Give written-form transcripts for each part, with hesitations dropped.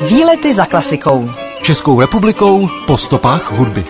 Výlety za klasikou. Českou republikou po stopách hudby.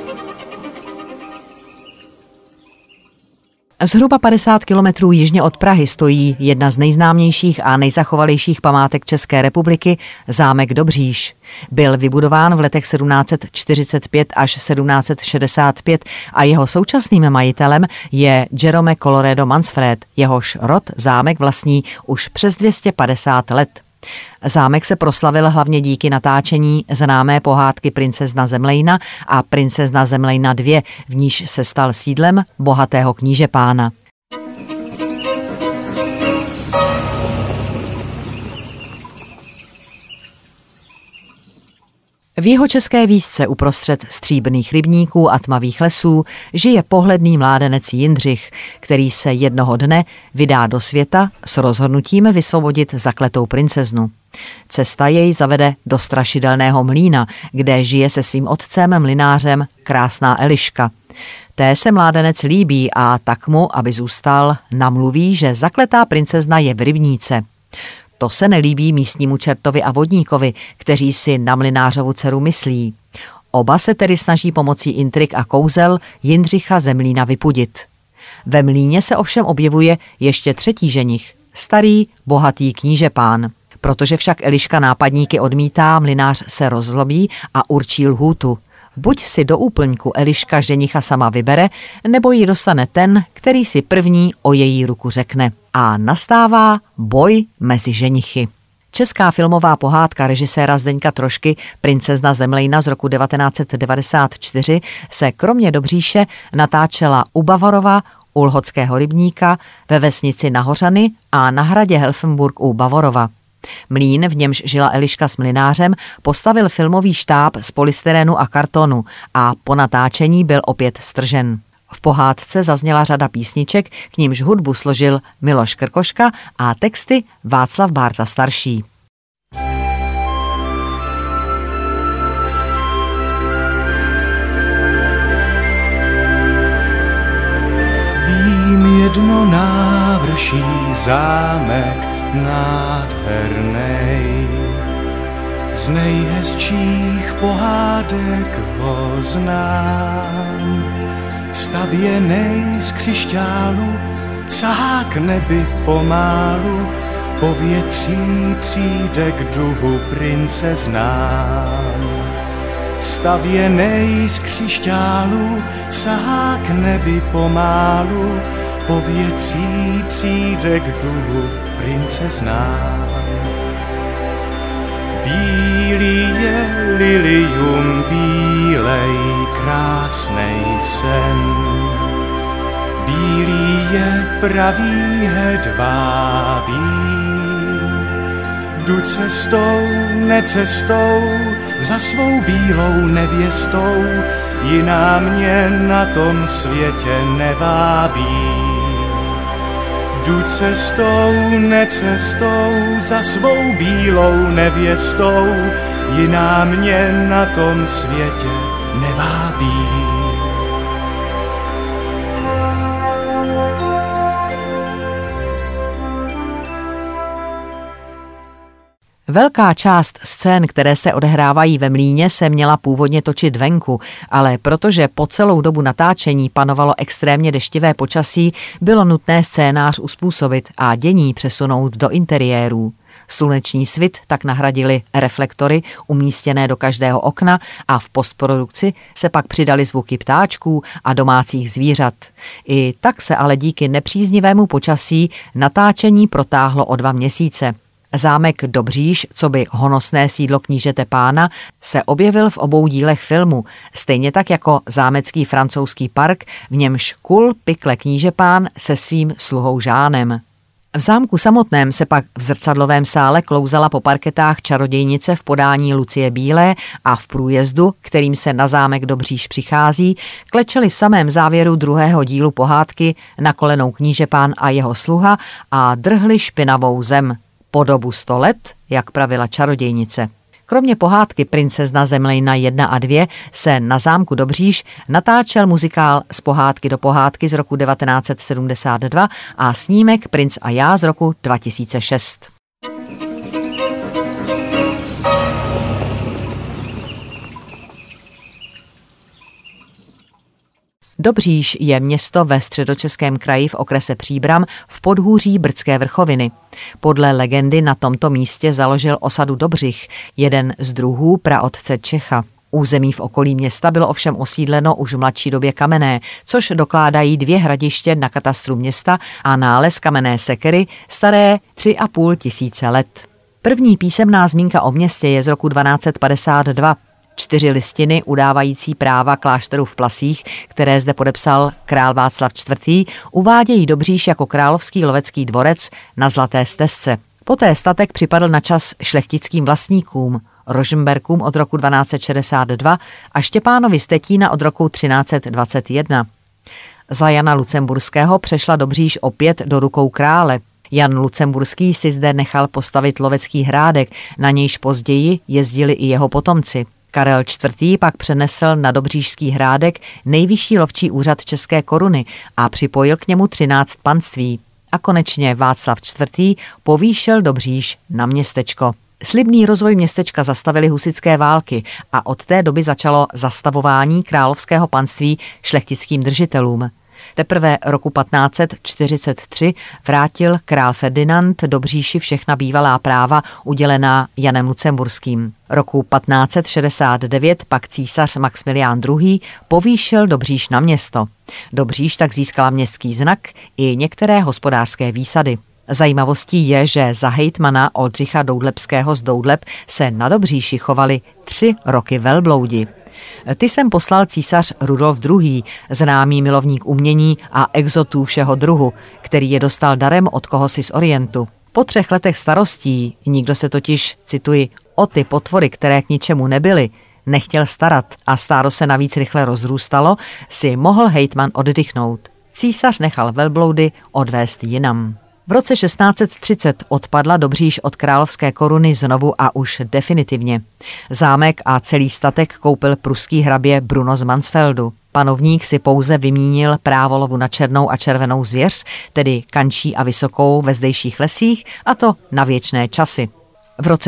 Zhruba 50 kilometrů jižně od Prahy stojí jedna z nejznámějších a nejzachovalejších památek České republiky, zámek Dobříš. Byl vybudován v letech 1745 až 1765 a jeho současným majitelem je Jerome Colloredo Mansfred, jehož rod zámek vlastní už přes 250 let. Zámek se proslavil hlavně díky natáčení známé pohádky Princezna Zemlejna a Princezna Zemlejna 2, v níž se stal sídlem bohatého knížepána. V jihočeské vísce uprostřed stříbrných rybníků a tmavých lesů žije pohledný mládenec Jindřich, který se jednoho dne vydá do světa s rozhodnutím vysvobodit zakletou princeznu. Cesta jej zavede do strašidelného mlýna, kde žije se svým otcem mlynářem krásná Eliška. Té se mládenec líbí a tak mu, aby zůstal, namluví, že zakletá princezna je v rybníce. To se nelíbí místnímu čertovi a vodníkovi, kteří si na mlynářovu dceru myslí. Oba se tedy snaží pomocí intrik a kouzel Jindřicha ze mlýna vypudit. Ve mlýně se ovšem objevuje ještě třetí ženich, starý, bohatý knížepán. Protože však Eliška nápadníky odmítá, mlynář se rozzlobí a určí lhůtu. Buď si do úplňku Eliška ženicha sama vybere, nebo ji dostane ten, který si první o její ruku řekne. A nastává boj mezi ženichy. Česká filmová pohádka režiséra Zdeňka Trošky Princezna Zemlejna z roku 1994 se kromě Dobříše natáčela u Bavorova, u Lhotského rybníka, ve vesnici Nahořany a na hradě Helfenburg u Bavorova. Mlýn, v němž žila Eliška s mlynářem, postavil filmový štáb z polystyrenu a kartonu a po natáčení byl opět stržen. V pohádce zazněla řada písniček, k nímž hudbu složil Miloš Krkoška a texty Václav Bárta starší. Vím jedno návrší zámek nádhernej, z nejhezčích pohádek ho znám. Stavěnej z křišťálu, sahá k nebi pomálu, povětří přijde k duhu princeznám. Stavěnej z křišťálu, sahá k nebi pomálu, povětří přijde k duhu princeznám. Bílý je lilium, bílej krásnej sen. Bílý je pravý hedvábí. Jdu cestou, necestou, za svou bílou nevěstou, jiná mě na tom světě nevábí. Jdu cestou, necestou, za svou bílou nevěstou, jiná mě na tom světě nevábí. Velká část scén, které se odehrávají ve mlýně, se měla původně točit venku, ale protože po celou dobu natáčení panovalo extrémně deštivé počasí, bylo nutné scénář uspůsobit a dění přesunout do interiérů. Sluneční svit tak nahradili reflektory umístěné do každého okna a v postprodukci se pak přidali zvuky ptáčků a domácích zvířat. I tak se ale díky nepříznivému počasí natáčení protáhlo o 2 měsíce. Zámek Dobříš, coby honosné sídlo knížete pána, se objevil v obou dílech filmu, stejně tak jako zámecký francouzský park, v němž kul pikle knížepán se svým sluhou Žánem. V zámku samotném se pak v zrcadlovém sále klouzala po parketách čarodějnice v podání Lucie Bílé a v průjezdu, kterým se na zámek Dobříš přichází, klečeli v samém závěru druhého dílu pohádky na kolenou knížepán a jeho sluha a drhli špinavou zem. Po dobu 100 let, jak pravila čarodějnice. Kromě pohádky Princezna Zemlejna 1 a 2 se na zámku Dobříš natáčel muzikál Z pohádky do pohádky z roku 1972 a snímek Princ a já z roku 2006. Dobříš je město ve Středočeském kraji v okrese Příbram v podhůří Brdské vrchoviny. Podle legendy na tomto místě založil osadu Dobřich, jeden z druhů praotce Čecha. Území v okolí města bylo ovšem osídleno už v mladší době kamenné, což dokládají 2 hradiště na katastru města a nález kamenné sekery staré 3,5 tisíce let. První písemná zmínka o městě je z roku 1252. 4 listiny udávající práva klášteru v Plasích, které zde podepsal král Václav IV., uvádějí Dobříš jako královský lovecký dvorec na Zlaté stezce. Poté statek připadl na čas šlechtickým vlastníkům, Rožmberkům od roku 1262 a Štěpánovi z Tetína od roku 1321. Za Jana Lucemburského přešla Dobříš opět do rukou krále. Jan Lucemburský si zde nechal postavit lovecký hrádek, na nějž později jezdili i jeho potomci. Karel IV. Pak přenesl na Dobříšský hrádek nejvyšší lovčí úřad České koruny a připojil k němu 13 panství. A konečně Václav IV. Povýšil Dobříš na městečko. Slibný rozvoj městečka zastavily husitské války a od té doby začalo zastavování královského panství šlechtickým držitelům. Teprve roku 1543 vrátil král Ferdinand Dobříši všechna bývalá práva udělená Janem Lucemburským. Roku 1569 pak císař Maxmilián II. Povýšil Dobříš na město. Dobříš tak získala městský znak i některé hospodářské výsady. Zajímavostí je, že za hejtmana Oldřicha Doudlebského z Doudleb se na Dobříši chovali 3 roky velbloudi. Ty sem poslal císař Rudolf II., známý milovník umění a exotů všeho druhu, který je dostal darem od kohosi z Orientu. Po 3 letech starostí, nikdo se totiž, cituji, o ty potvory, které k ničemu nebyly, nechtěl starat a stádo se navíc rychle rozrůstalo, si mohl hejtman oddychnout. Císař nechal velbloudy odvést jinam. V roce 1630 odpadla Dobříš od královské koruny znovu a už definitivně. Zámek a celý statek koupil pruský hrabě Bruno z Mansfeldu. Panovník si pouze vymínil právo lovu na černou a červenou zvěř, tedy kančí a vysokou ve zdejších lesích, a to na věčné časy. V roce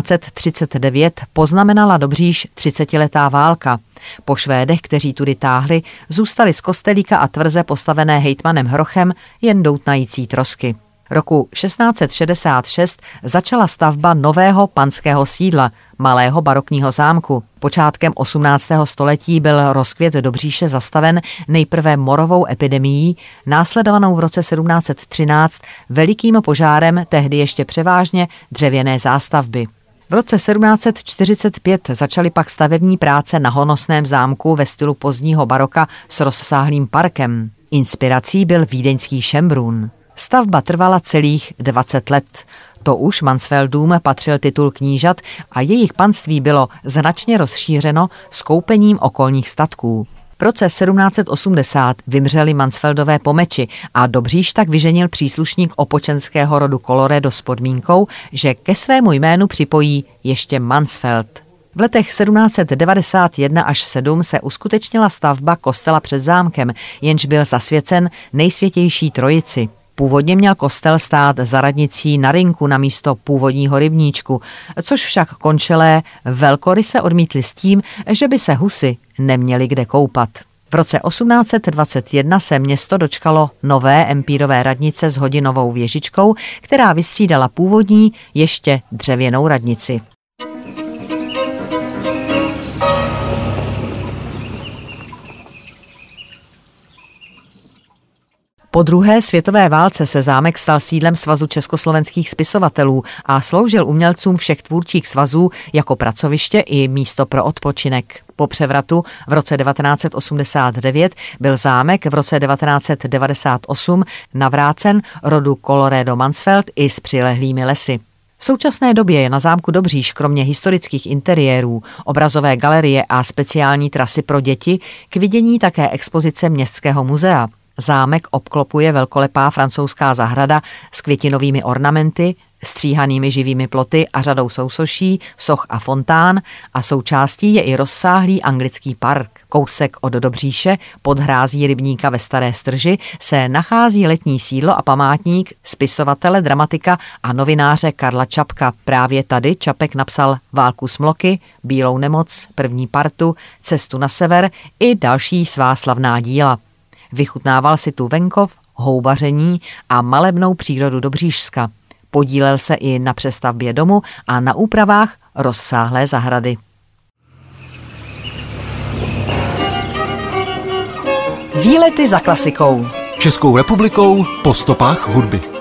1639 poznamenala Dobříš 30letá válka. Po Švédech, kteří tudy táhli, zůstaly z kostelíka a tvrze postavené hejtmanem Hrochem jen doutnající trosky. Roku 1666 začala stavba nového panského sídla, malého barokního zámku. Počátkem 18. století byl rozkvět Dobříše zastaven nejprve morovou epidemií, následovanou v roce 1713 velikým požárem tehdy ještě převážně dřevěné zástavby. V roce 1745 začaly pak stavební práce na honosném zámku ve stylu pozdního baroka s rozsáhlým parkem. Inspirací byl vídeňský Šembrun. Stavba trvala celých 20 let. To už Mansfeldům patřil titul knížat a jejich panství bylo značně rozšířeno skoupením okolních statků. V roce 1780 vymřeli Mansfeldové po meči a Dobříš tak vyženil příslušník opočenského rodu Colloredo s podmínkou, že ke svému jménu připojí ještě Mansfeld. V letech 1791 až 7 se uskutečnila stavba kostela před zámkem, jenž byl zasvěcen Nejsvětější Trojici. Původně měl kostel stát za radnicí na rynku na místo původního rybníčku, což však končelé velkoryse odmítli s tím, že by se husy neměli kde koupat. V roce 1821 se město dočkalo nové empírové radnice s hodinovou věžičkou, která vystřídala původní ještě dřevěnou radnici. Po druhé světové válce se zámek stal sídlem Svazu československých spisovatelů a sloužil umělcům všech tvůrčích svazů jako pracoviště i místo pro odpočinek. Po převratu v roce 1989 byl zámek v roce 1998 navrácen rodu Colloredo Mansfeld i s přilehlými lesy. V současné době je na zámku Dobříš kromě historických interiérů, obrazové galerie a speciální trasy pro děti k vidění také expozice Městského muzea. Zámek obklopuje velkolepá francouzská zahrada s květinovými ornamenty, stříhanými živými ploty a řadou sousoší, soch a fontán a součástí je i rozsáhlý anglický park. Kousek od Dobříše, pod hrází rybníka ve Staré Strži, se nachází letní sídlo a památník spisovatele, dramatika a novináře Karla Čapka. Právě tady Čapek napsal Válku smloky, Bílou nemoc, První partu, Cestu na sever i další svá slavná díla. Vychutnával si tu venkov, houbaření a malebnou přírodu Dobříšska. Podílel se i na přestavbě domu a na úpravách rozsáhlé zahrady. Výlety za klasikou. Českou republikou po stopách hudby.